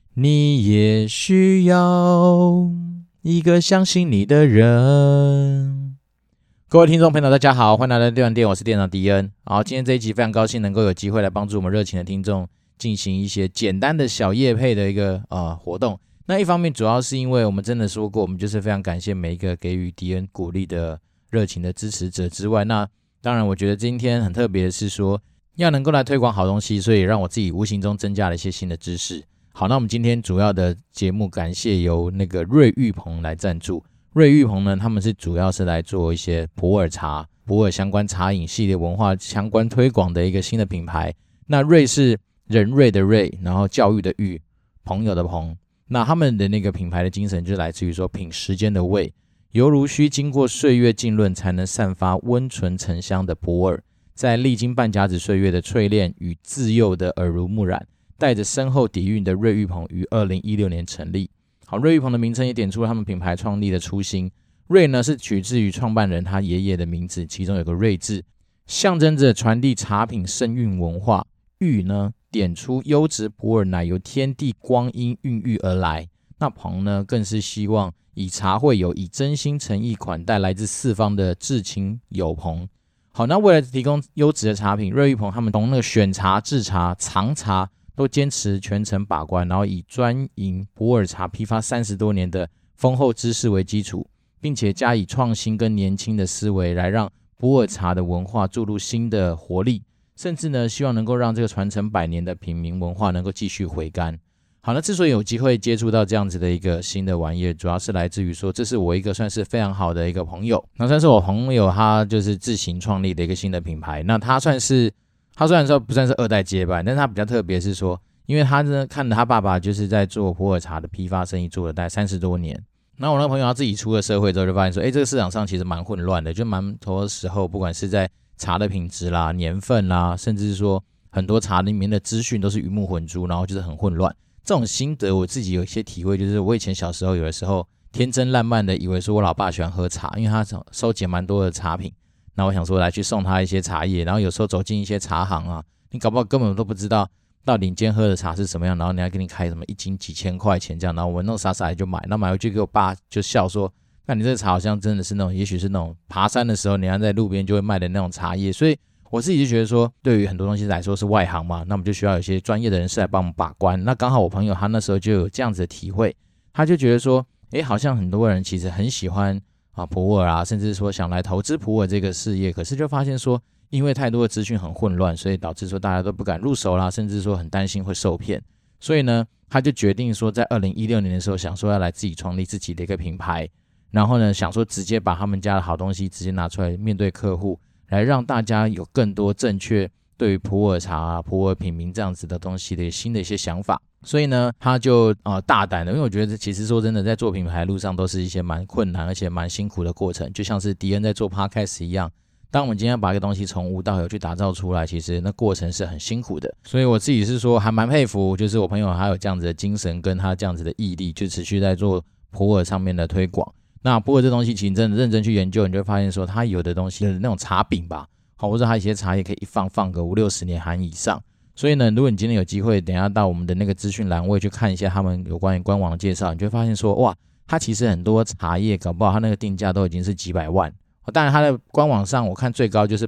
你也需要一个相信你的人。各位听众朋友大家好，欢迎来到六元店，我是店长迪恩。好，今天这一集非常高兴能够有机会来帮助我们热情的听众进行一些简单的小业配的一个活动。那一方面主要是因为我们真的说过，我们就是非常感谢每一个给予迪恩鼓励的热情的支持者之外，那当然我觉得今天很特别的是说要能够来推广好东西，所以让我自己无形中增加了一些新的知识。好，那我们今天主要的节目感谢由那个瑞玉鹏来赞助。瑞玉鹏呢，他们是主要是来做一些普洱茶、普洱相关茶饮系列文化相关推广的一个新的品牌。那瑞是人瑞的瑞，然后教育的育，朋友的朋。那他们的那个品牌的精神就来自于说品时间的味，犹如需经过岁月浸润才能散发温醇沉香的普洱，在历经半甲子岁月的淬炼与自幼的耳濡目染，带着深厚底蕴的瑞玉鹏于2016年成立。好，瑞玉鹏的名称也点出了他们品牌创立的初心。瑞呢是取自于创办人他爷爷的名字，其中有个瑞字，象征着传递茶品声韵文化。玉呢点出优质普洱乃由天地光阴孕育而来。那鹏呢更是希望以茶会友以真心诚意款待来自四方的至亲友朋。好，那为了提供优质的茶品，瑞玉鹏他们从那个选茶、制茶、藏茶都坚持全程把关，然后以专营普洱茶批发30多年的丰厚知识为基础，并且加以创新跟年轻的思维来让普洱茶的文化注入新的活力，甚至呢希望能够让这个传承100年的品茗文化能够继续回甘。好，那之所以有机会接触到这样子的一个新的玩意，主要是来自于说这是我一个算是非常好的一个朋友，那算是我朋友他就是自行创立的一个新的品牌。那他虽然说不算是2代接班，但是他比较特别是说，因为他呢看着他爸爸就是在做普洱茶的批发生意做了大概30多年，然后我那个朋友他自己出了社会之后就发现说，这个市场上其实蛮混乱的，就蛮多时候不管是在茶的品质啦、年份啦，甚至是说很多茶里面的资讯都是鱼目混珠，然后就是很混乱。这种心得我自己有一些体会，就是我以前小时候有的时候天真烂漫的以为说我老爸喜欢喝茶，因为他收集蛮多的茶品，那我想说来去送他一些茶叶，然后有时候走进一些茶行啊，你搞不好根本都不知道到底你今天喝的茶是什么样，然后人家给你开什么1斤几千块钱这样，然后我弄傻傻的就买，那买回去给我爸就笑说，那你这个茶好像真的是那种，也许是那种爬山的时候人家在路边就会卖的那种茶叶。所以我自己就觉得说，对于很多东西来说是外行嘛，那我们就需要有些专业的人士来帮我们把关。那刚好我朋友他那时候就有这样子的体会，他就觉得说好像很多人其实很喜欢普洱啊，甚至说想来投资普洱这个事业，可是就发现说因为太多的资讯很混乱，所以导致说大家都不敢入手啦，甚至说很担心会受骗。所以呢他就决定说在2016年的时候想说要来自己创立自己的一个品牌，然后呢想说直接把他们家的好东西直接拿出来面对客户，来让大家有更多正确对于普洱茶普洱品茗这样子的东西的新的一些想法。所以呢他就大胆的，因为我觉得其实说真的在做品牌的路上都是一些蛮困难而且蛮辛苦的过程，就像是迪恩在做 podcast 一样，当我们今天把一个东西从无到有去打造出来，其实那过程是很辛苦的。所以我自己是说还蛮佩服，就是我朋友他有这样子的精神跟他这样子的毅力，就持续在做普洱上面的推广。那普洱这东西其实真的认真去研究，你就会发现说它有的东西的那种茶饼吧，或者它一些茶叶可以一放个50-60年含以上。所以呢如果你今天有机会等一下到我们的那个资讯栏位去看一下他们有关于官网的介绍，你就会发现说哇，它其实很多茶叶搞不好它那个定价都已经是几百万。当然它的官网上我看最高就是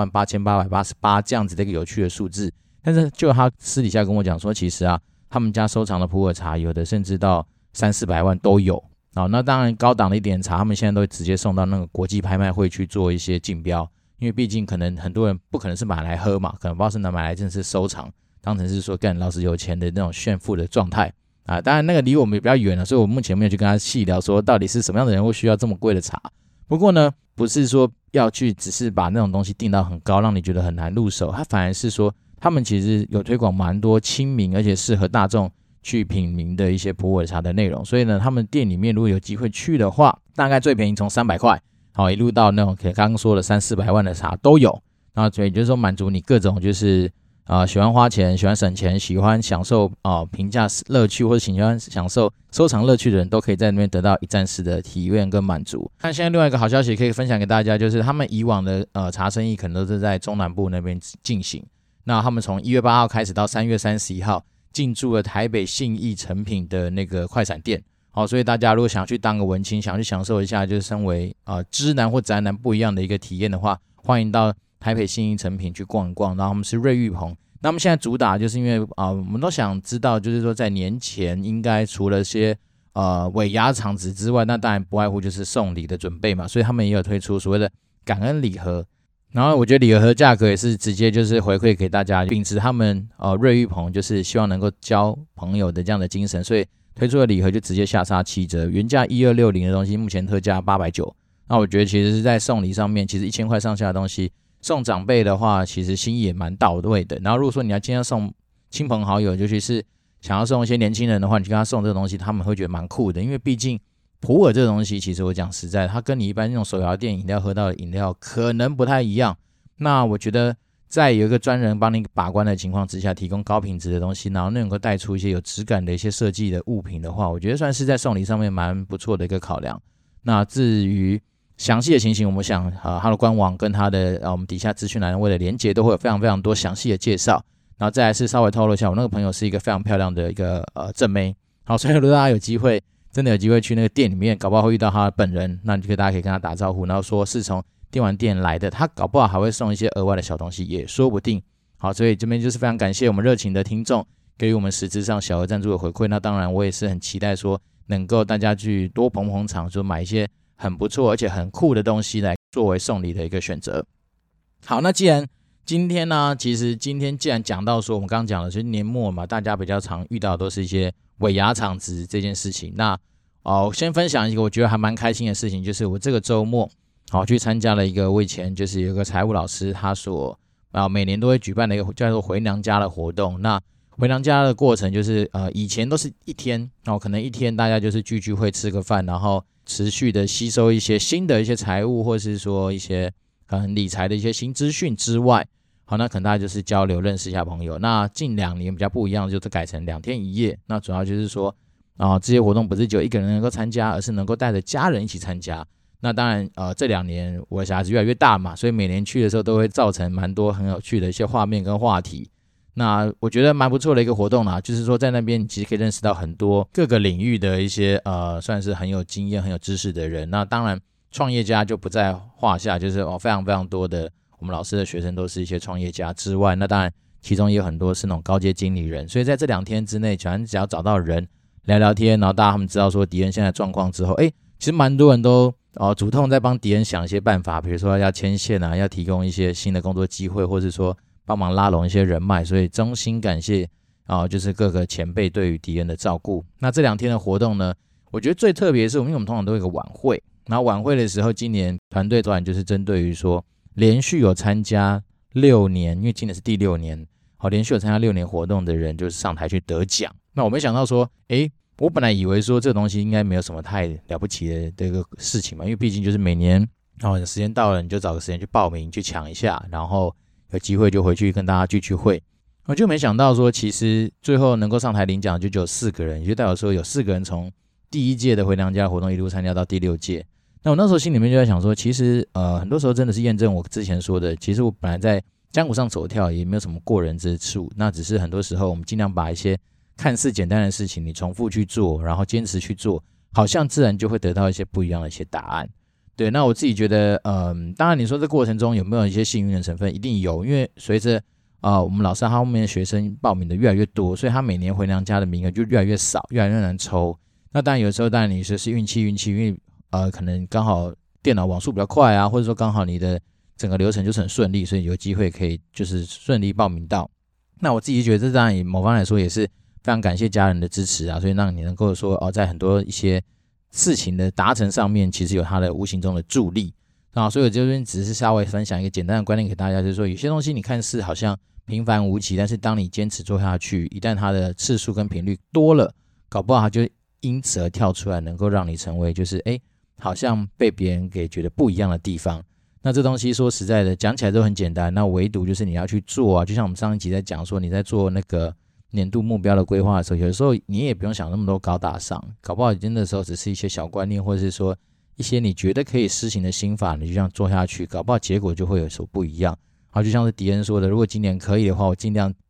888888这样子的一个有趣的数字，但是就他私底下跟我讲说，其实他们家收藏的普洱茶有的甚至到300-400万都有。那当然高档的一点茶他们现在都会直接送到那个国际拍卖会去做一些竞标，因为毕竟可能很多人不可能是买来喝嘛，可能不知道是买来真的是收藏，当成是说干老子有钱的那种炫富的状态当然那个离我们也比较远了，所以我目前没有去跟他细聊说到底是什么样的人会需要这么贵的茶。不过呢不是说要去只是把那种东西定到很高让你觉得很难入手，他反而是说他们其实有推广蛮多亲民而且适合大众去品茗的一些普洱茶的内容。所以呢他们店里面如果有机会去的话，大概最便宜从300块一路到那种刚刚说的300-400万的茶都有。那所以就是说满足你各种就是喜欢花钱喜欢省钱喜欢享受评价乐趣或者喜欢享受收藏乐趣的人都可以在那边得到一站式的体验跟满足。那现在另外一个好消息可以分享给大家，就是他们以往的茶生意可能都是在中南部那边进行，那他们从1月8号开始到3月31号进驻了台北信义诚品的那个快闪店。好，所以大家如果想去当个文青，想去享受一下就是身为知男或宅男不一样的一个体验的话，欢迎到台北信义诚品去逛一逛。然后我们是瑞玉棚，那我们现在主打就是因为我们都想知道，就是说在年前应该除了些尾牙场子之外，那当然不外乎就是送礼的准备嘛，所以他们也有推出所谓的感恩礼盒。然后我觉得礼盒价格也是直接就是回馈给大家，秉持他们瑞玉棚就是希望能够交朋友的这样的精神，所以推出的礼盒就直接下杀7折，原价1260的东西目前特价890。那我觉得其实是在送礼上面，其实1000块上下的东西送长辈的话，其实心意也蛮到位的。然后如果说你要今天送亲朋好友，尤其是想要送一些年轻人的话，你去跟他送这个东西，他们会觉得蛮酷的，因为毕竟普洱这个东西，其实我讲实在，它跟你一般那种手摇店饮料喝到的饮料可能不太一样。那我觉得在有一个专人帮你把关的情况之下，提供高品质的东西，然后能够带出一些有质感的一些设计的物品的话，我觉得算是在送礼上面蛮不错的一个考量。那至于详细的情形，我们想它的官网跟它的我们底下资讯栏位的连结都会有非常非常多详细的介绍。然后再来是稍微透露一下，我那个朋友是一个非常漂亮的一个正妹。好，所以如果大家有机会，真的有机会去那个店里面，搞不好会遇到他本人，那大家可以跟他打招呼，然后说是从电玩店来的，他搞不好还会送一些额外的小东西，也说不定。好，所以这边就是非常感谢我们热情的听众给予我们实质上小额赞助的回馈。那当然我也是很期待说能够大家去多捧捧场，就买一些很不错而且很酷的东西来作为送礼的一个选择。好，那既然今天呢，其实今天既然讲到说我们刚刚讲的就是年末嘛，大家比较常遇到的都是一些尾牙场子这件事情。那我先分享一个我觉得还蛮开心的事情，就是我这个周末去参加了一个我以前就是有一个财务老师他所每年都会举办的一个叫做回娘家的活动。那回娘家的过程就是以前都是一天可能一天大家就是聚会吃个饭，然后持续的吸收一些新的一些财务或是说一些理财的一些新资讯之外，好，那可能大家就是交流认识一下朋友。那近2年比较不一样，就是改成2天1夜。那主要就是说这些活动不是只有一个人能够参加，而是能够带着家人一起参加。那当然这2年我的小孩子越来越大嘛，所以每年去的时候都会造成蛮多很有趣的一些画面跟话题。那我觉得蛮不错的一个活动啦，就是说在那边你其实可以认识到很多各个领域的一些算是很有经验很有知识的人。那当然创业家就不在话下，就是非常非常多的我们老师的学生都是一些创业家之外，那当然其中也有很多是那种高阶经理人。所以在这2天之内，只要找到人聊聊天，然后大家他们知道说迪恩现在状况之后，其实蛮多人都主动在帮迪恩想一些办法，比如说要牵线啊，要提供一些新的工作机会，或是说帮忙拉拢一些人脉。所以衷心感谢就是各个前辈对于迪恩的照顾。那这2天的活动呢，我觉得最特别的是因为我们通常都有一个晚会，然后晚会的时候今年团队团就是针对于说连续有参加6年，因为今年是第6年，连续有参加6年活动的人就是上台去得奖。那我没想到说我本来以为说这个东西应该没有什么太了不起的这个事情嘛，因为毕竟就是每年时间到了你就找个时间去报名去抢一下，然后有机会就回去跟大家聚会。我就没想到说其实最后能够上台领奖就只有4个人，也就代表说有4个人从第1届的回娘家活动一路参加到第6届。那我那时候心里面就在想说，其实很多时候真的是验证我之前说的，其实我本来在江湖上走跳也没有什么过人之处，那只是很多时候我们尽量把一些看似简单的事情你重复去做，然后坚持去做，好像自然就会得到一些不一样的一些答案。对，那我自己觉得当然你说这过程中有没有一些幸运的成分，一定有，因为随着我们老师他后面的学生报名的越来越多，所以他每年回娘家的名额就越来越少，越来越难抽。那当然有时候当然你说是运气，因为可能刚好电脑网速比较快啊，或者说刚好你的整个流程就是很顺利，所以有机会可以就是顺利报名到。那我自己觉得这当然以某方来说也是非常感谢家人的支持啊，所以让你能够说在很多一些事情的达成上面其实有它的无形中的助力所以我这边只是稍微分享一个简单的观念给大家，就是说有些东西你看似好像平凡无奇，但是当你坚持做下去，一旦它的次数跟频率多了，搞不好它就因此而跳出来，能够让你成为就是好像被别人给觉得不一样的地方。那这东西说实在的讲起来都很简单，那唯独就是你要去做啊，就像我们上一集在讲说你在做那个年度目标的规划的时候，有的时候你也不用想那么多高大上，搞不好真的时候只是一些小观念，或者是说一些你觉得可以施行的心法，你就这样做下去，搞不好结果就会有所不一样。好，就像是迪恩说的，如果今年可以的话，我尽量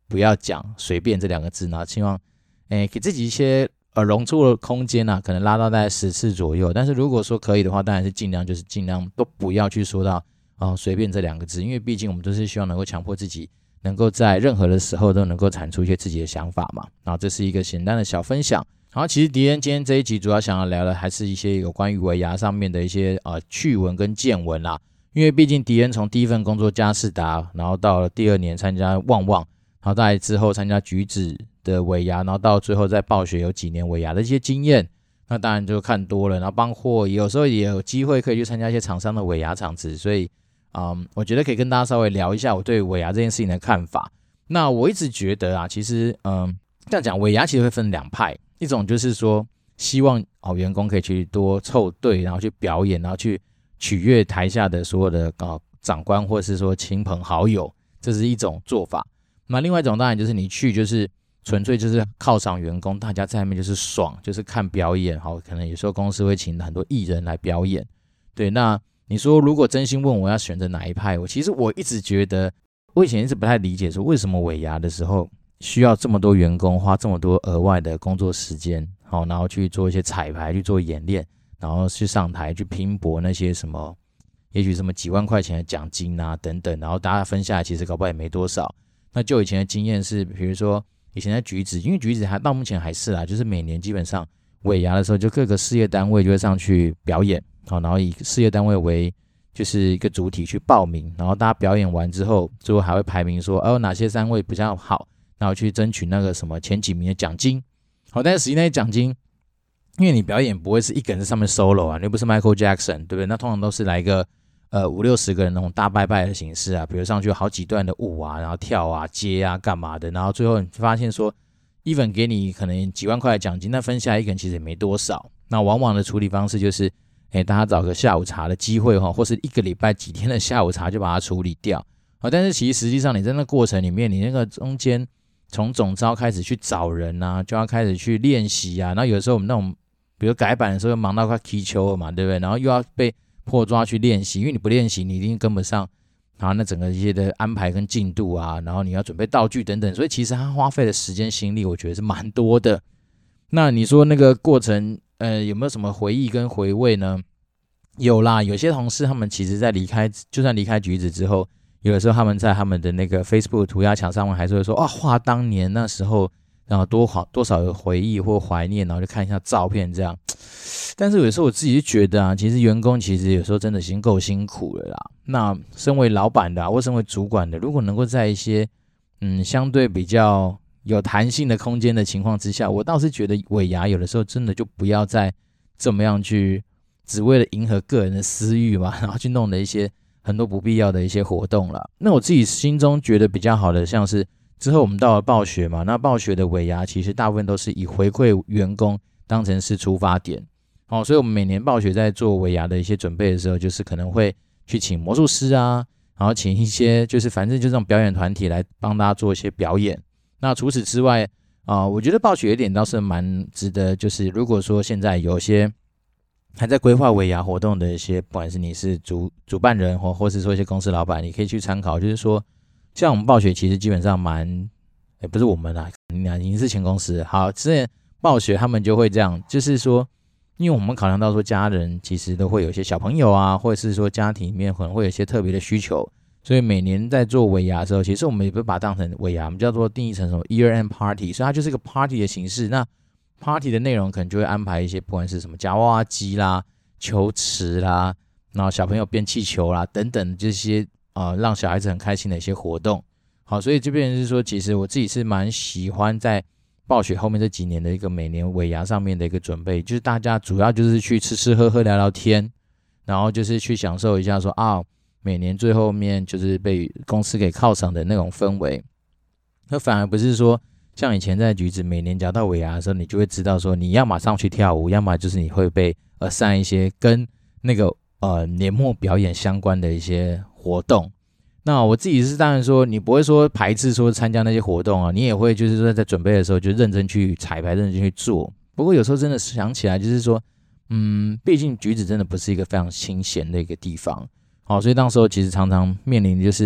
不要讲随便这2个字，然后希望给自己一些容错的空间啊，可能拉到大概10次左右。但是如果说可以的话，当然是尽量都不要去说到随便这2个字，因为毕竟我们都是希望能够强迫自己能够在任何的时候都能够产出一些自己的想法嘛。然后这是一个简单的小分享。好，其实迪恩今天这一集主要想要聊的还是一些有关于尾牙上面的一些趣闻跟见闻啦。因为毕竟迪恩从第一份工作佳士达，然后到了第2年参加旺旺，然后再之后参加橘子的尾牙，然后到最后在暴雪有几年尾牙的一些经验，那当然就看多了，然后包括有时候也有机会可以去参加一些厂商的尾牙场子，所以我觉得可以跟大家稍微聊一下我对尾牙这件事情的看法。那我一直觉得啊，其实这样讲，尾牙其实会分2派，一种就是说希望员工可以去多凑对，然后去表演，然后去取悦台下的所有的长官或是说亲朋好友，这是一种做法。那另外一种当然就是你去就是纯粹就是犒赏员工，大家在那边就是爽，就是看表演，可能有时候公司会请很多艺人来表演。对，那你说如果真心问我要选择哪一派，其实我一直觉得，我以前一直不太理解说为什么尾牙的时候需要这么多员工花这么多额外的工作时间，然后去做一些彩排，去做演练，然后去上台去拼搏那些什么，也许什么几万块钱的奖金啊等等，然后大家分下来其实搞不好也没多少。那就以前的经验是，比如说以前在橘子，因为橘子还到目前还是啦，就是每年基本上尾牙的时候，就各个事业单位就会上去表演，然后以事业单位为就是一个主体去报名，然后大家表演完之后，最后还会排名说哪些单位比较好，然后去争取那个什么前几名的奖金。好，但是实际那些奖金，因为你表演不会是一个人在上面 solo 啊，你不是 Michael Jackson， 对不对？那通常都是来一个50-60个人那种大拜拜的形式啊，比如上去有好几段的舞啊，然后跳啊、接啊、干嘛的，然后最后你发现说 ，even 给你可能几万块的奖金，那分下来一个人其实也没多少。那往往的处理方式就是，大家找个下午茶的机会或是一个礼拜几天的下午茶就把它处理掉。但是其实实际上你在那过程里面，你那个中间从总召开始去找人啊，就要开始去练习啊，然后有时候我们那种比如改版的时候忙到快踢球了嘛，对不对？然后又要被破抓去练习，因为你不练习你一定跟不上那整个一些的安排跟进度啊，然后你要准备道具等等，所以其实它花费的时间心力我觉得是蛮多的。那你说那个过程有没有什么回忆跟回味呢？有啦，有些同事他们其实在就算离开橘子之后，有的时候他们在他们的那个 Facebook 涂鸦墙上面还是会说话当年那时候然后多少有回忆或怀念，然后就看一下照片这样。但是有时候我自己就觉得其实员工其实有时候真的已经够辛苦了啦。那身为老板的或身为主管的，如果能够在一些相对比较有弹性的空间的情况之下，我倒是觉得尾牙有的时候真的就不要再这么样去只为了迎合个人的私欲嘛，然后去弄的一些很多不必要的一些活动啦。那我自己心中觉得比较好的，像是之后我们到了暴雪嘛，那暴雪的尾牙其实大部分都是以回馈员工当成是出发点。所以我们每年暴雪在做尾牙的一些准备的时候，就是可能会去请魔术师啊，然后请一些就是反正就这种表演团体来帮大家做一些表演。那除此之外我觉得暴雪有一点倒是蛮值得，就是如果说现在有些还在规划尾牙活动的一些，不管是你是主办人或是说一些公司老板，你可以去参考，就是说像我们暴雪其实基本上不是我们啦，已经是前公司。好，之前暴雪他们就会这样，就是说因为我们考量到说家人其实都会有一些小朋友啊，或者是说家庭里面可能会有一些特别的需求，所以每年在做尾牙的时候，其实我们也不是把它当成尾牙，我们叫做定义成什么 year end party， 所以它就是一个 party 的形式。那 party 的内容可能就会安排一些不管是什么夹娃娃机啦、球池啦，然后小朋友变气球啦等等这些让小孩子很开心的一些活动。好，所以这边是说其实我自己是蛮喜欢在暴雪后面这几年的一个每年尾牙上面的一个准备，就是大家主要就是去吃吃喝喝聊聊天，然后就是去享受一下说每年最后面就是被公司给犒赏的那种氛围。那反而不是说像以前在橘子每年讲到尾牙的时候，你就会知道说你要马上去跳舞，要么就是你会被上一些跟那个年末表演相关的一些活动。那我自己是当然说你不会说排斥说参加那些活动你也会就是说在准备的时候就认真去彩排，认真去做。不过有时候真的想起来就是说毕竟橘子真的不是一个非常清闲的一个地方。好，所以当时候其实常常面临就是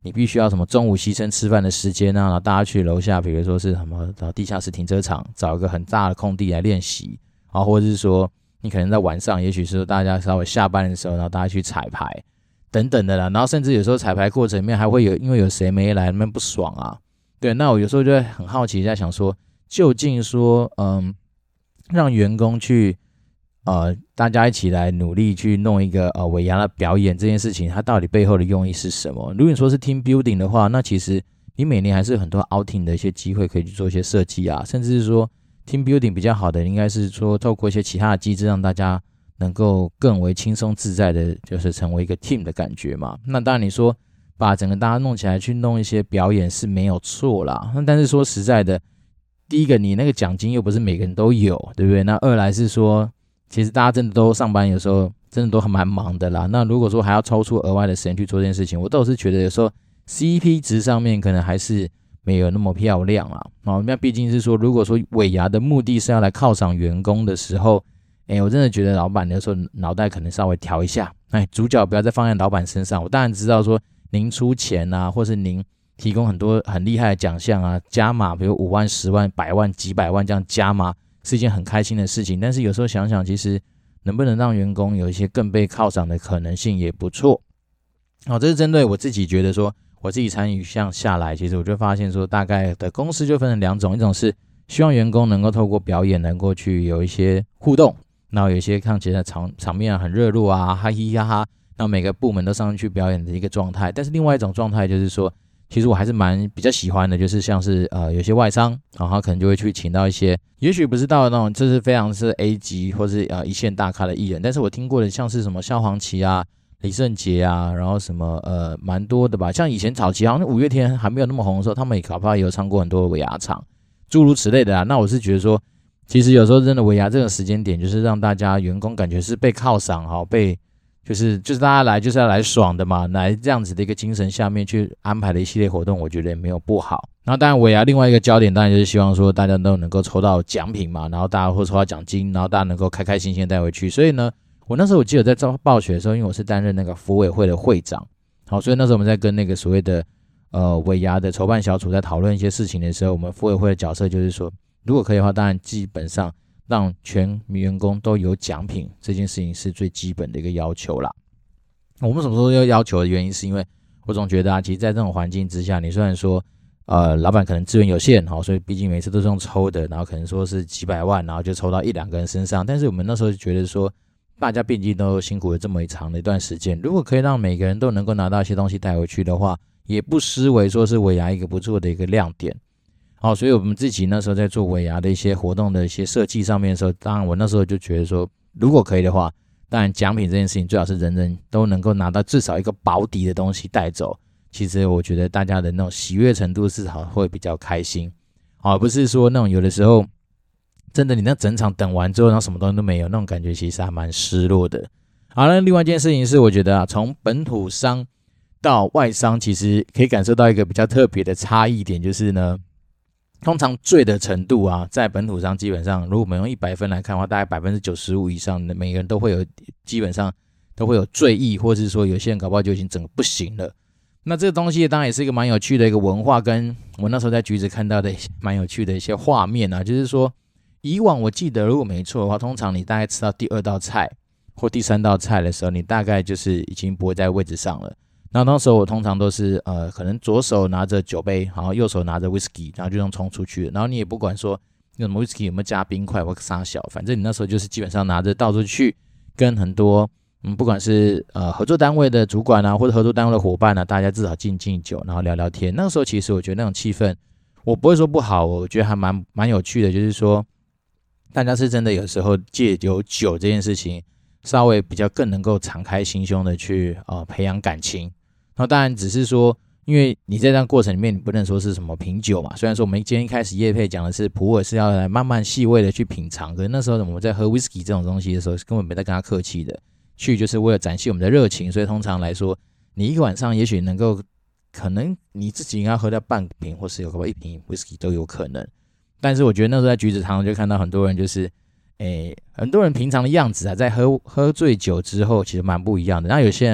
你必须要什么中午牺牲吃饭的时间啊，然后大家去楼下，比如说是什么地下室停车场，找一个很大的空地来练习，然后或者是说你可能在晚上，也许是大家稍微下班的时候，然后大家去彩排等等的啦，然后甚至有时候彩排过程里面还会有因为有谁没来，那边不爽啊，对，那我有时候就会很好奇，在想说，究竟说让员工去大家一起来努力去弄一个尾牙的表演这件事情，它到底背后的用意是什么？如果你说是 team building 的话，那其实你每年还是有很多 outing 的一些机会可以去做一些设计啊，甚至是说 team building 比较好的，应该是说透过一些其他的机制，让大家能够更为轻松自在的，就是成为一个 team 的感觉嘛。那当然你说把整个大家弄起来去弄一些表演是没有错啦，那但是说实在的，第一个你那个奖金又不是每个人都有，对不对？那二来是说，其实大家真的都上班，有时候真的都还蛮忙的啦。那如果说还要抽出额外的时间去做这件事情，我倒是觉得有时候 CP 值上面可能还是没有那么漂亮啦。那毕竟是说，如果说尾牙的目的是要来犒赏员工的时候，我真的觉得老板有时候脑袋可能稍微调一下，主角不要再放在老板身上。我当然知道说您出钱啊，或是您提供很多很厉害的奖项啊，加码，比如5万、10万、100万、几百万这样加码，是一件很开心的事情。但是有时候想想，其实能不能让员工有一些更被犒赏的可能性也不错。这是针对我自己觉得说，我自己参与项下来，其实我就发现说，大概的公司就分成2种，一种是希望员工能够透过表演能够去有一些互动，然后有一些看起来场面很热络啊，哈嘻哈哈，然后每个部门都上去表演的一个状态。但是另外一种状态就是说，其实我还是比较喜欢的，就是像是有些外商，然后可能就会去请到一些，也许不是到那种就是非常是 A 级或是一线大咖的艺人，但是我听过的像是什么萧煌奇啊、李圣杰啊，然后什么蛮多的吧，像以前早期好像5月天还没有那么红的时候，他们也搞不好也有唱过很多的尾牙场，诸如此类的啊。那我是觉得说，其实有时候真的尾牙这个时间点，就是让大家员工感觉是被犒赏被就是大家来就是要来爽的嘛，来这样子的一个精神下面去安排的一系列活动，我觉得也没有不好。然后当然尾牙另外一个焦点当然就是希望说大家都能够抽到奖品嘛，然后大家会抽到奖金，然后大家能够开开心心带回去。所以呢，我那时候我记得在暴雪的时候，因为我是担任那个福委会的会长，所以那时候我们在跟那个所谓的尾牙的筹办小组在讨论一些事情的时候，我们福委会的角色就是说，如果可以的话，当然基本上让全员工都有奖品，这件事情是最基本的一个要求啦。我们什么时候要求的原因，是因为我总觉得其实在这种环境之下，你虽然说老板可能资源有限，所以毕竟每次都是用抽的，然后可能说是几百万，然后就抽到1-2个人身上，但是我们那时候就觉得说，大家毕竟都辛苦了这么长的一段时间，如果可以让每个人都能够拿到一些东西带回去的话，也不失为说是尾牙一个不错的一个亮点。所以我们自己那时候在做尾牙的一些活动的一些设计上面的时候，当然我那时候就觉得说，如果可以的话，当然奖品这件事情最好是人人都能够拿到至少一个保底的东西带走，其实我觉得大家的那种喜悦程度至少会比较开心，不是说那种有的时候真的你那整场等完之后然后什么东西都没有，那种感觉其实还蛮失落的。好，那另外一件事情是我觉得从本土商到外商其实可以感受到一个比较特别的差异点，就是呢，通常醉的程度在本土上基本上，如果我们用100分来看的话，大概 95% 以上的每个人都会有，基本上都会有醉意，或是说有些人搞不好就已经整个不行了。那这个东西当然也是一个蛮有趣的一个文化，跟我那时候在橘子看到的蛮有趣的一些画面就是说，以往我记得如果没错的话，通常你大概吃到第2道菜或第3道菜的时候，你大概就是已经不会在位置上了。然后那时候我通常都是可能左手拿着酒杯，然后右手拿着 whisky， 然后就这样冲出去了。然后你也不管说那什么 whisky 有没有加冰块或啥小，反正你那时候就是基本上拿着到处去跟很多不管是合作单位的主管或者合作单位的伙伴大家至少敬酒，然后聊聊天。那个时候其实我觉得那种气氛，我不会说不好，我觉得还蛮有趣的，就是说大家是真的有时候借由酒这件事情，稍微比较更能够敞开心胸的去培养感情。然后当然只是说，因为你在这样过程里面，你不能说是什么品酒嘛。虽然说我们今天一开始业配讲的是普洱是要来慢慢细微的去品尝，可是那时候我们在喝 whisky 这种东西的时候，根本没在跟他客气的，去就是为了展现我们的热情。所以通常来说，你一个晚上也许能够，可能你自己应该喝到半瓶，或是有1瓶 whisky 都有可能。但是我觉得那时候在橘子堂就看到很多人就是很多人平常的样子在喝醉酒之后其实蛮不一样的。然后有些人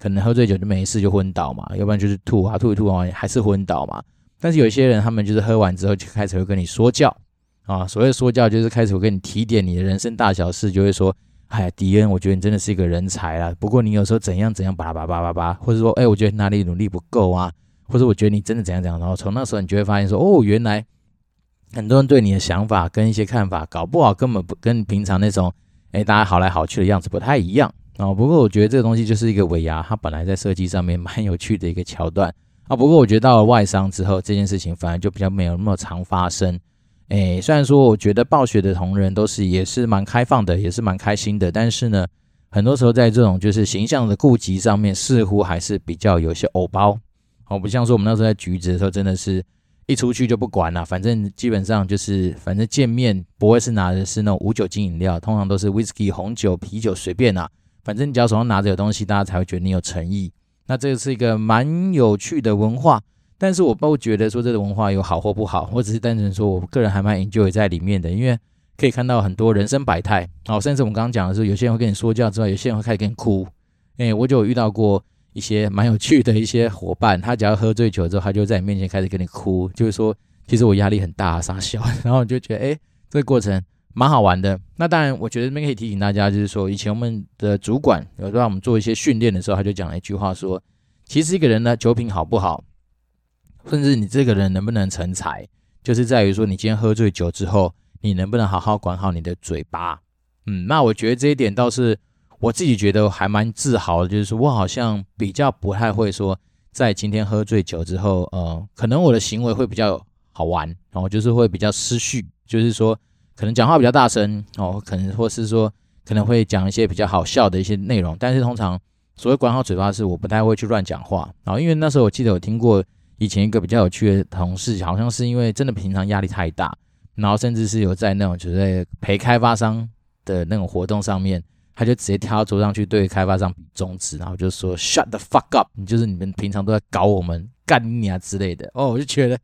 可能喝醉酒就没事就昏倒嘛，要不然就是吐啊，吐一吐完还是昏倒嘛。但是有些人他们就是喝完之后就开始会跟你说教啊，所谓说教就是开始会跟你提点你的人生大小事，就会说，哎呀，迪恩，我觉得你真的是一个人才啦，不过你有时候怎样怎样巴拉巴拉巴拉巴拉，或者说，我觉得哪里努力不够啊，或者我觉得你真的怎样怎样，然后从那时候你就会发现说，原来很多人对你的想法跟一些看法，搞不好根本不跟平常那种大家好来好去的样子不太一样不过我觉得这个东西就是一个尾牙，它本来在设计上面蛮有趣的一个桥段不过我觉得到了外商之后，这件事情反而就比较没有那么常发生。虽然说我觉得暴雪的同仁也是蛮开放的，也是蛮开心的，但是呢，很多时候在这种就是形象的顾及上面，似乎还是比较有一些偶包不像说我们那时候在橘子的时候，真的是一出去就不管反正基本上就是反正见面不会是拿的是那种无酒精饮料，通常都是 whisky 红酒啤酒随便反正你只要手上拿着有东西，大家才会觉得你有诚意。那这个是一个蛮有趣的文化，但是我不觉得说这个文化有好或不好，我只是单纯说我个人还蛮 enjoy 在里面的，因为可以看到很多人生百态甚至我们刚刚讲的是有些人会跟你说教之外，有些人会开始跟你哭我就有遇到过一些蛮有趣的一些伙伴，他只要喝醉酒之后，他就在你面前开始跟你哭，就是说其实我压力很大傻小，然后你就觉得这个过程蛮好玩的。那当然我觉得这边可以提醒大家，就是说以前我们的主管有时候我们做一些训练的时候，他就讲了一句话说，其实一个人的酒品好不好，甚至你这个人能不能成才，就是在于说你今天喝醉酒之后，你能不能好好管好你的嘴巴。那我觉得这一点倒是我自己觉得还蛮自豪的，就是说我好像比较不太会说在今天喝醉酒之后可能我的行为会比较好玩就是会比较失序，就是说可能讲话比较大声可能或是说可能会讲一些比较好笑的一些内容，但是通常所谓管好嘴巴是我不太会去乱讲话因为那时候我记得我听过以前一个比较有趣的同事，好像是因为真的平常压力太大，然后甚至是有在那种就是在陪开发商的那种活动上面，他就直接跳到桌上去对开发商比中指，然后就说 shut the fuck up， 就是你们平常都在搞我们干你之类的我就觉得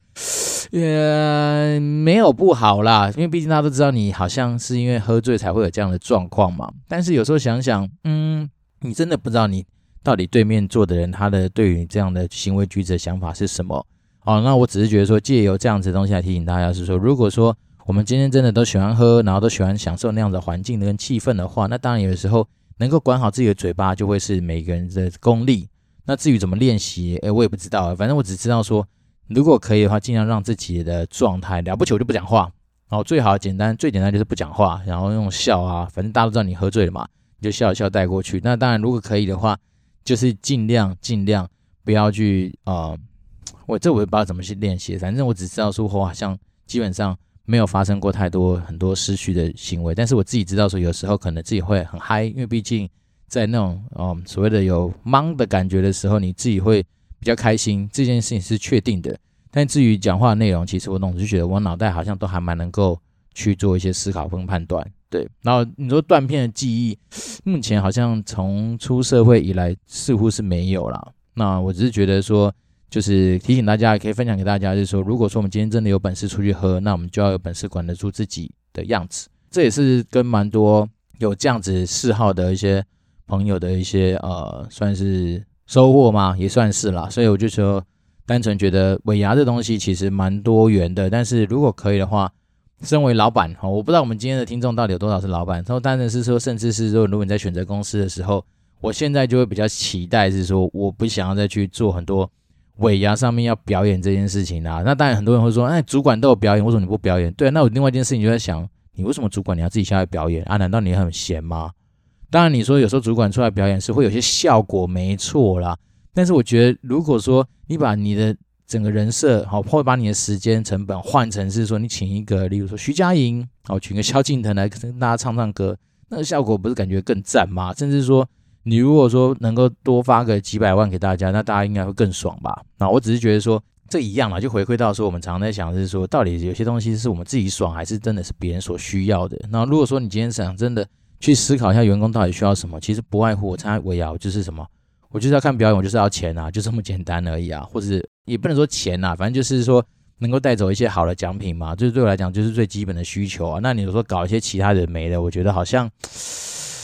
没有不好啦，因为毕竟大家都知道你好像是因为喝醉才会有这样的状况嘛。但是有时候想想你真的不知道你到底对面坐的人他的对于这样的行为举止的想法是什么那我只是觉得说借由这样子的东西来提醒大家，是说如果说我们今天真的都喜欢喝，然后都喜欢享受那样的环境跟气氛的话，那当然有的时候能够管好自己的嘴巴就会是每个人的功力。那至于怎么练习我也不知道，反正我只知道说如果可以的话，尽量让自己的状态了不起我就不讲话最好最简单就是不讲话，然后用笑反正大家都知道你喝醉了嘛，你就笑一笑带过去。那当然如果可以的话，就是尽量不要去我也不知道怎么去练习，反正我只知道说我好像基本上没有发生过很多失序的行为，但是我自己知道说有时候可能自己会很嗨，因为毕竟在那种所谓的有忙的感觉的时候，你自己会比较开心，这件事情是确定的。但至于讲话的内容，其实我总是觉得我脑袋好像都还蛮能够去做一些思考跟判断。对，然后你说断片的记忆，目前好像从出社会以来似乎是没有啦。那我只是觉得说，就是提醒大家，也可以分享给大家，就是说，如果说我们今天真的有本事出去喝，那我们就要有本事管得住自己的样子。这也是跟蛮多有这样子嗜好的一些朋友的一些算是收获嘛，也算是啦。所以我就说，单纯觉得尾牙这东西其实蛮多元的，但是如果可以的话，身为老板我不知道我们今天的听众到底有多少是老板，当然是说，甚至是说，如果你在选择公司的时候，我现在就会比较期待是说，我不想要再去做很多尾牙上面要表演这件事情啊。那当然很多人会说，主管都有表演，为什么你不表演？对，那我另外一件事情就在想，你为什么主管你要自己下来表演啊？难道你很闲吗？当然你说有时候主管出来表演是会有些效果，没错啦。但是我觉得如果说你把你的整个人设或把你的时间成本换成是说你请一个例如说徐佳莹请个萧敬腾来跟大家唱唱歌，那个效果不是感觉更赞吗？甚至说你如果说能够多发个几百万给大家，那大家应该会更爽吧。那我只是觉得说这一样啦，就回馈到说我们常常在想的是说，到底有些东西是我们自己爽还是真的是别人所需要的。那如果说你今天想真的去思考一下员工到底需要什么，其实不外乎我参加尾牙就是什么，我就是要看表演，我就是要钱啊，就这么简单而已啊。或者也不能说钱啊，反正就是说能够带走一些好的奖品嘛，就是对我来讲就是最基本的需求啊。那你说搞一些其他的没的，我觉得好像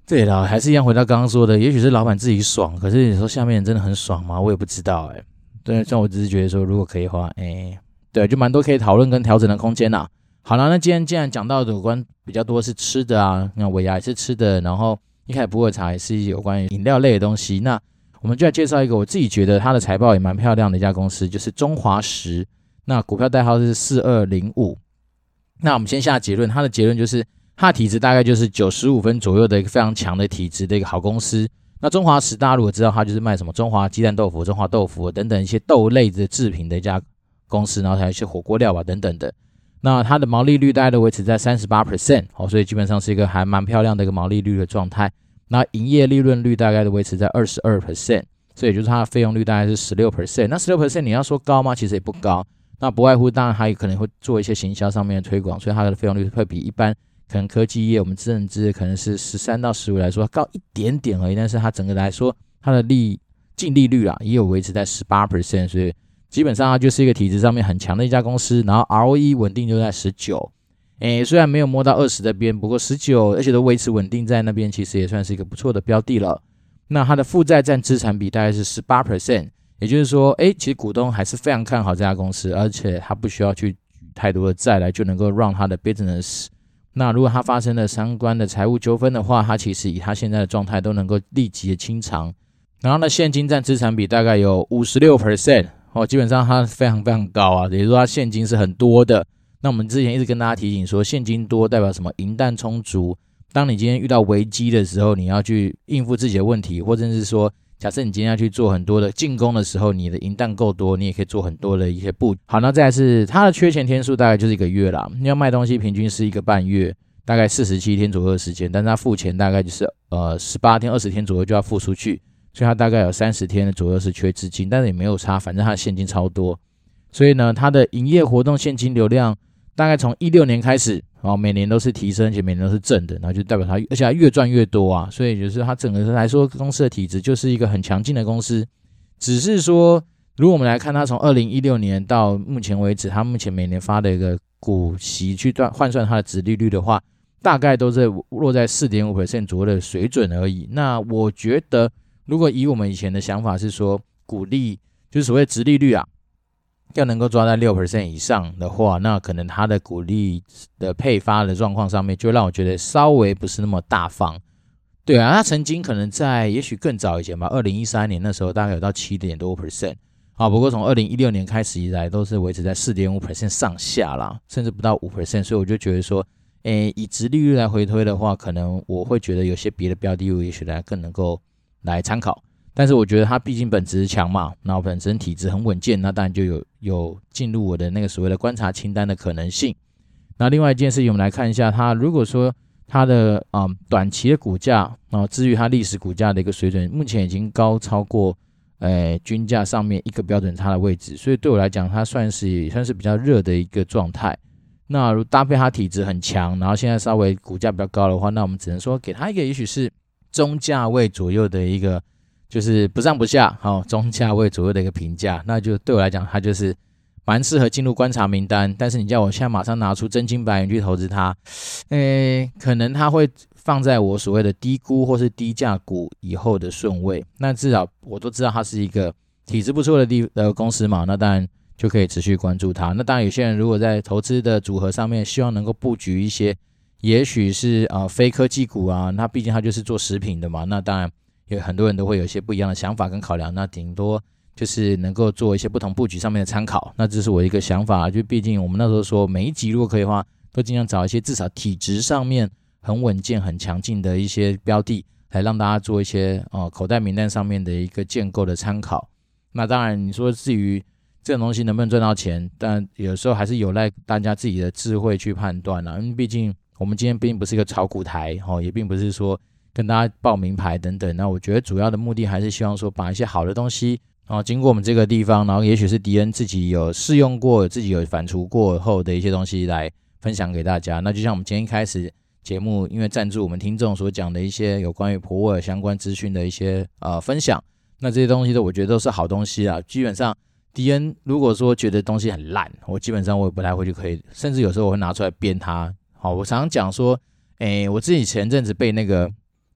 对啦，还是一样回到刚刚说的，也许是老板自己爽，可是你说下面人真的很爽吗？我也不知道对，像我只是觉得说，如果可以的话，对，就蛮多可以讨论跟调整的空间啦。好了，那今天既然讲到有关比较多是吃的啊，那尾牙也是吃的，然后一开始普洱茶也是有关于饮料类的东西，那我们就来介绍一个我自己觉得它的财报也蛮漂亮的一家公司，就是中华食，那股票代号是4205。那我们先下结论，它的结论就是它的体质大概就是95分左右的一个非常强的体质的一个好公司。那中华食大家如果知道，它就是卖什么中华鸡蛋豆腐、中华豆腐等等一些豆类的制品的一家公司，然后还有一些火锅料吧等等的。那它的毛利率大概都维持在 38%， 所以基本上是一个还蛮漂亮的一个毛利率的状态。那营业利润率大概都维持在 22%， 所以也就是它的费用率大概是 16%。那 16% 你要说高吗？其实也不高。那不外乎当然它也可能会做一些行销上面的推广，所以它的费用率会比一般可能科技业我们认知可能是13到15来说高一点点而已，但是它整个来说它的净利率也有维持在 18%， 所以基本上它就是一个体质上面很强的一家公司，然后 ROE 稳定就在19，虽然没有摸到20的边，不过19而且都维持稳定在那边，其实也算是一个不错的标的了。那它的负债占资产比大概是 18%，也就是说，其实股东还是非常看好这家公司，而且他不需要去举太多的债来就能够让他的 business。那如果他发生了相关的财务纠纷的话，他其实以他现在的状态都能够立即的清偿。然后呢，现金占资产比大概有 56%，基本上它非常非常高啊，也就是说它现金是很多的。那我们之前一直跟大家提醒说，现金多代表什么？银弹充足。当你今天遇到危机的时候，你要去应付自己的问题，或者是说假设你今天要去做很多的进攻的时候，你的银弹够多，你也可以做很多的一些布局。好，那再来是它的缺钱天数大概就是1个月啦，你要卖东西平均是1个半月，大概47天左右的时间，但是它付钱大概就是18天20天左右就要付出去，所以它大概有30天左右是缺资金，但是也没有差，反正它的现金超多，所以呢，它的营业活动现金流量大概从16年开始，每年都是提升，而且每年都是正的，然后就代表它，而且它越赚越多啊，所以就是它整个来说，公司的体质就是一个很强劲的公司。只是说，如果我们来看它从2016年到目前为止，它目前每年发的一个股息去换算它的殖利率的话，大概都是落在 4.5% 左右的水准而已。那我觉得，如果以我们以前的想法是说，股利就是所谓殖利率要能够抓在 6% 以上的话，那可能它的股利的配发的状况上面，就让我觉得稍微不是那么大方。对啊，它曾经可能在也许更早以前吧，2013年那时候大概有到 7% 多，不过从2016年开始以来都是维持在 4.5% 上下啦，甚至不到 5%， 所以我就觉得说，以殖利率来回推的话，可能我会觉得有些别的标的物也许来更能够来参考。但是我觉得它毕竟本质强嘛，然后本身体质很稳健，那当然就有进入我的那个所谓的观察清单的可能性。那另外一件事情，我们来看一下它，如果说它的短期的股价，至于它历史股价的一个水准，目前已经高超过均价上面一个标准差的位置，所以对我来讲，它也算是比较热的一个状态。那如搭配它体质很强，然后现在稍微股价比较高的话，那我们只能说给它一个也许是中价位左右的一个。就是不上不下，中价位左右的一个评价，那就对我来讲，它就是蛮适合进入观察名单。但是你叫我现在马上拿出真金白银去投资它，可能它会放在我所谓的低估或是低价股以后的顺位。那至少我都知道它是一个体质不错的公司嘛，那当然就可以持续关注它。那当然有些人如果在投资的组合上面希望能够布局一些，也许是非科技股那毕竟它就是做食品的嘛，那当然。有很多人都会有一些不一样的想法跟考量，那顶多就是能够做一些不同布局上面的参考。那这是我一个想法，就毕竟我们那时候说每一集如果可以的话，都尽量找一些至少体质上面很稳健、很强劲的一些标的，来让大家做一些口袋名单上面的一个建构的参考。那当然，你说至于这种东西能不能赚到钱，但有时候还是有赖大家自己的智慧去判断因为毕竟我们今天并不是一个炒股台也并不是说。跟大家报名牌等等，那我觉得主要的目的还是希望说把一些好的东西经过我们这个地方，然后也许是迪恩自己有试用过，自己有反刍过后的一些东西来分享给大家。那就像我们今天一开始节目，因为赞助我们听众所讲的一些有关于普洱相关资讯的一些分享，那这些东西我觉得都是好东西啊。基本上迪恩如果说觉得东西很烂，我基本上我也不太会去可以，甚至有时候我会拿出来编它。我常常讲说，我自己前阵子被那个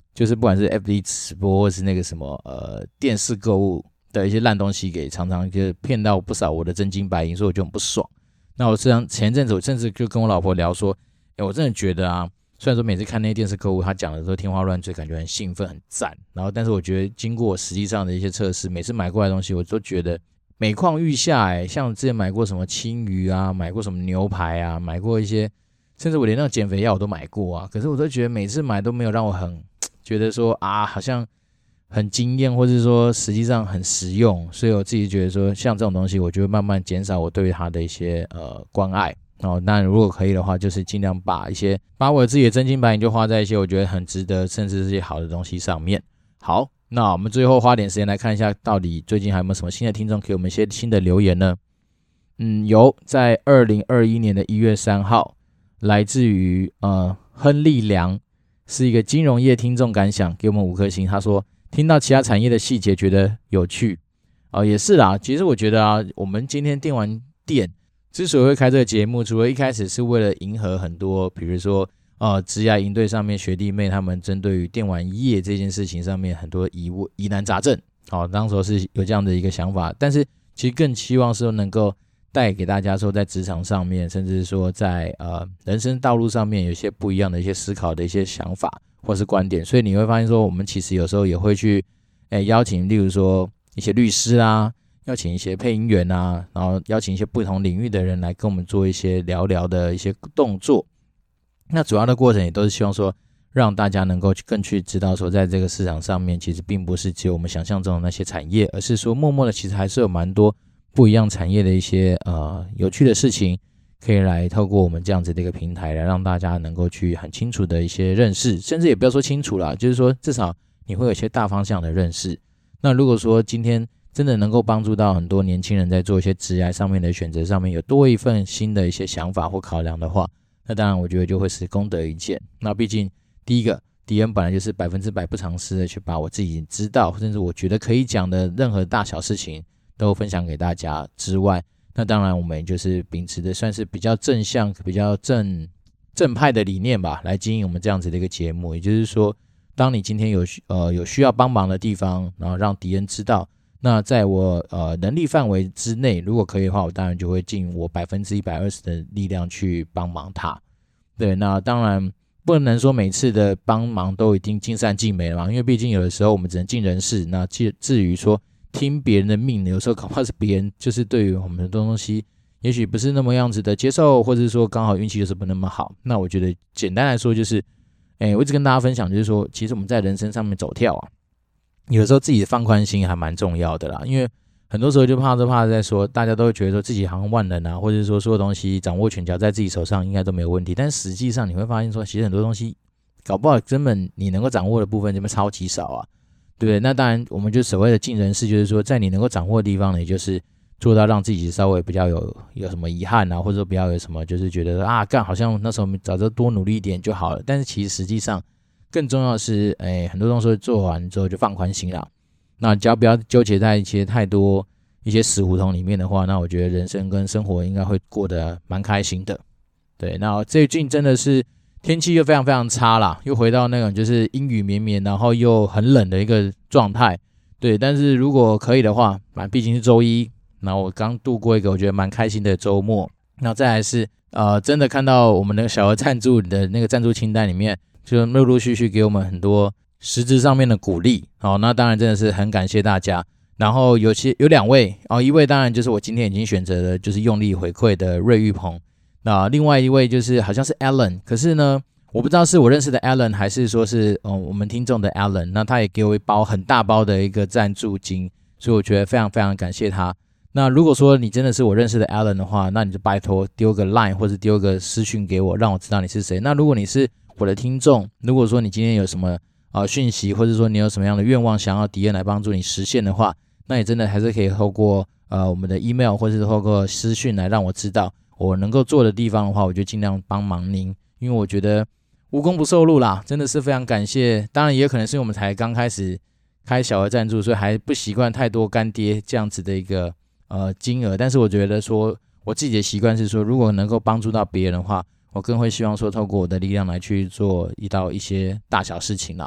就是不管是 FB 直播或是那个什么电视购物的一些烂东西给常常就骗到不少我的真金白银，所以我就很不爽。那我前阵子我甚至就跟我老婆聊说，我真的觉得啊，虽然说每次看那些电视购物他讲的时候天花乱坠，感觉很兴奋很赞，然后但是我觉得经过我实际上的一些测试，每次买过来的东西我都觉得每况愈下像之前买过什么青鱼啊，买过什么牛排啊，买过一些，甚至我连那种减肥药我都买过啊，可是我都觉得每次买都没有让我很觉得说啊好像很惊艳，或是说实际上很实用，所以我自己觉得说像这种东西我就会慢慢减少我对于它的一些关爱。那如果可以的话，就是尽量把我自己的真金白银就花在一些我觉得很值得甚至是一些好的东西上面。好，那我们最后花点时间来看一下到底最近还有没有什么新的听众给我们一些新的留言呢？有在2021年的1月3号来自于亨利良，是一个金融业听众感想，给我们5颗星。他说听到其他产业的细节觉得有趣也是啦，其实我觉得啊，我们今天电玩店之所以会开这个节目，除了一开始是为了迎合很多比如说职涯营队上面学弟妹他们针对于电玩业这件事情上面很多疑难杂症，当时候是有这样的一个想法，但是其实更希望是能够带给大家说在职场上面，甚至说在人生道路上面有一些不一样的一些思考的一些想法或是观点，所以你会发现说我们其实有时候也会去邀请例如说一些律师啊，邀请一些配音员啊，然后邀请一些不同领域的人来跟我们做一些聊聊的一些动作。那主要的过程也都是希望说让大家能够更去知道说在这个市场上面其实并不是只有我们想象中的那些产业，而是说默默的其实还是有蛮多不一样产业的一些有趣的事情，可以来透过我们这样子的一个平台来让大家能够去很清楚的一些认识，甚至也不要说清楚啦，就是说至少你会有一些大方向的认识。那如果说今天真的能够帮助到很多年轻人在做一些职业上面的选择上面有多一份新的一些想法或考量的话，那当然我觉得就会是功德一件。那毕竟第一个迪恩本来就是100%不藏私的去把我自己知道甚至我觉得可以讲的任何大小事情都分享给大家之外，那当然我们就是秉持的算是比较正向比较正派的理念吧，来经营我们这样子的一个节目。也就是说当你今天有需要帮忙的地方，然后让迪恩知道，那在我能力范围之内，如果可以的话，我当然就会尽我120%的力量去帮忙他。对，那当然不能说每次的帮忙都一定尽善尽美了嘛，因为毕竟有的时候我们只能尽人事。那至于说听别人的命，有时候恐怕是别人就是对于我们的东西也许不是那么样子的接受，或者是说刚好运气就是不那么好。那我觉得简单来说就是我一直跟大家分享就是说，其实我们在人生上面走跳有的时候自己的放宽心还蛮重要的啦，因为很多时候就怕在说大家都会觉得说自己好像万能啊，或者说所有东西掌握权脚在自己手上应该都没有问题，但实际上你会发现说其实很多东西搞不好根本你能够掌握的部分这边超级少啊，对不对？那当然我们就所谓的尽人事，就是说在你能够掌握的地方呢，也就是做到让自己稍微比较有什么遗憾啊，或者说不要有什么就是觉得好像那时候早就多努力一点就好了，但是其实实际上更重要的是很多东西做完之后就放宽心啦，那只要不要纠结在一些太多一些死胡同里面的话，那我觉得人生跟生活应该会过得蛮开心的。对，那最近真的是天气又非常非常差啦，又回到那种就是阴雨绵绵然后又很冷的一个状态。对，但是如果可以的话，毕竟是周一，那我刚度过一个我觉得蛮开心的周末。那再来是真的看到我们那个小额赞助的那个赞助清单里面，就陆陆续续给我们很多实质上面的鼓励。那当然真的是很感谢大家。然后有2位一位当然就是我今天已经选择了就是用力回馈的瑞玉鹏，那另外一位就是好像是 Alan， 可是呢我不知道是我认识的 Alan 还是说是我们听众的 Alan， 那他也给我一包很大包的一个赞助金，所以我觉得非常非常感谢他。那如果说你真的是我认识的 Alan 的话，那你就拜托丢个 Line 或者丢个私讯给我，让我知道你是谁。那如果你是我的听众，如果说你今天有什么讯息，或者说你有什么样的愿望想要迪恩来帮助你实现的话，那你真的还是可以透过我们的 email 或者是透过私讯来让我知道我能够做的地方的话，我就尽量帮忙您，因为我觉得无功不受禄啦，真的是非常感谢。当然也可能是因为我们才刚开始开小额赞助，所以还不习惯太多干爹这样子的一个金额，但是我觉得说我自己的习惯是说，如果能够帮助到别人的话，我更会希望说透过我的力量来去做一些大小事情啦。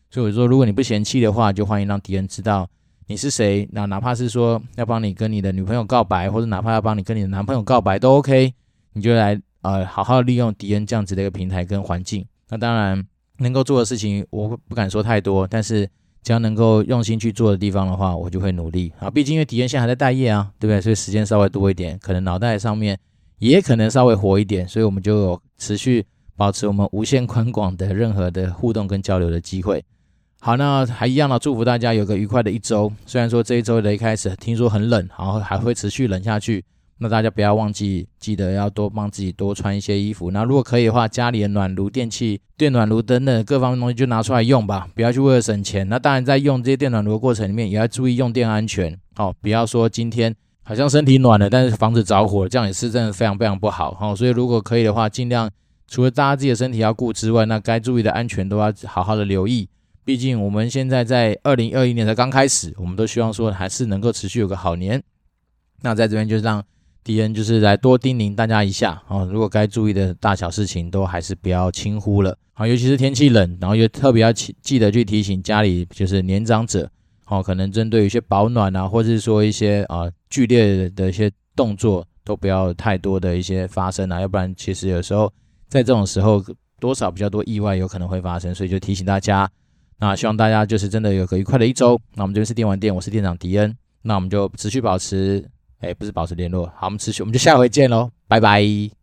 所以我说，如果你不嫌弃的话，就欢迎让敌人知道你是谁。那哪怕是说要帮你跟你的女朋友告白，或者哪怕要帮你跟你的男朋友告白都 OK， 你就来好好利用敌人这样子的一个平台跟环境。那当然能够做的事情我不敢说太多，但是只要能够用心去做的地方的话，我就会努力啊。毕竟因为敌人现在还在待业啊，对不对？所以时间稍微多一点，可能脑袋上面也可能稍微活一点，所以我们就有持续保持我们无限宽广的任何的互动跟交流的机会。好，那还一样的祝福大家有个愉快的一周。虽然说这一周的一开始听说很冷，然后还会持续冷下去，那大家不要忘记，记得要多帮自己多穿一些衣服。那如果可以的话，家里的暖炉、电器、电暖炉等等各方面东西就拿出来用吧，不要去为了省钱。那当然在用这些电暖炉的过程里面，也要注意用电安全。不要说今天好像身体暖了，但是房子着火了，这样也是真的非常非常不好。所以如果可以的话，尽量除了大家自己的身体要顾之外，那该注意的安全都要好好的留意。毕竟我们现在在2021年才刚开始，我们都希望说还是能够持续有个好年。那在这边就让敌人就是来多叮咛大家一下如果该注意的大小事情都还是不要轻忽了尤其是天气冷，然后也特别要记得去提醒家里就是年长者可能针对一些保暖啊，或者是说一些剧烈的一些动作都不要太多的一些发生要不然其实有时候在这种时候多少比较多意外有可能会发生，所以就提醒大家。那希望大家就是真的有个愉快的一周。那我们这边是电玩店，我是店长迪恩，那我们就持续保持不是保持联络，好，我们就下回见咯，拜拜。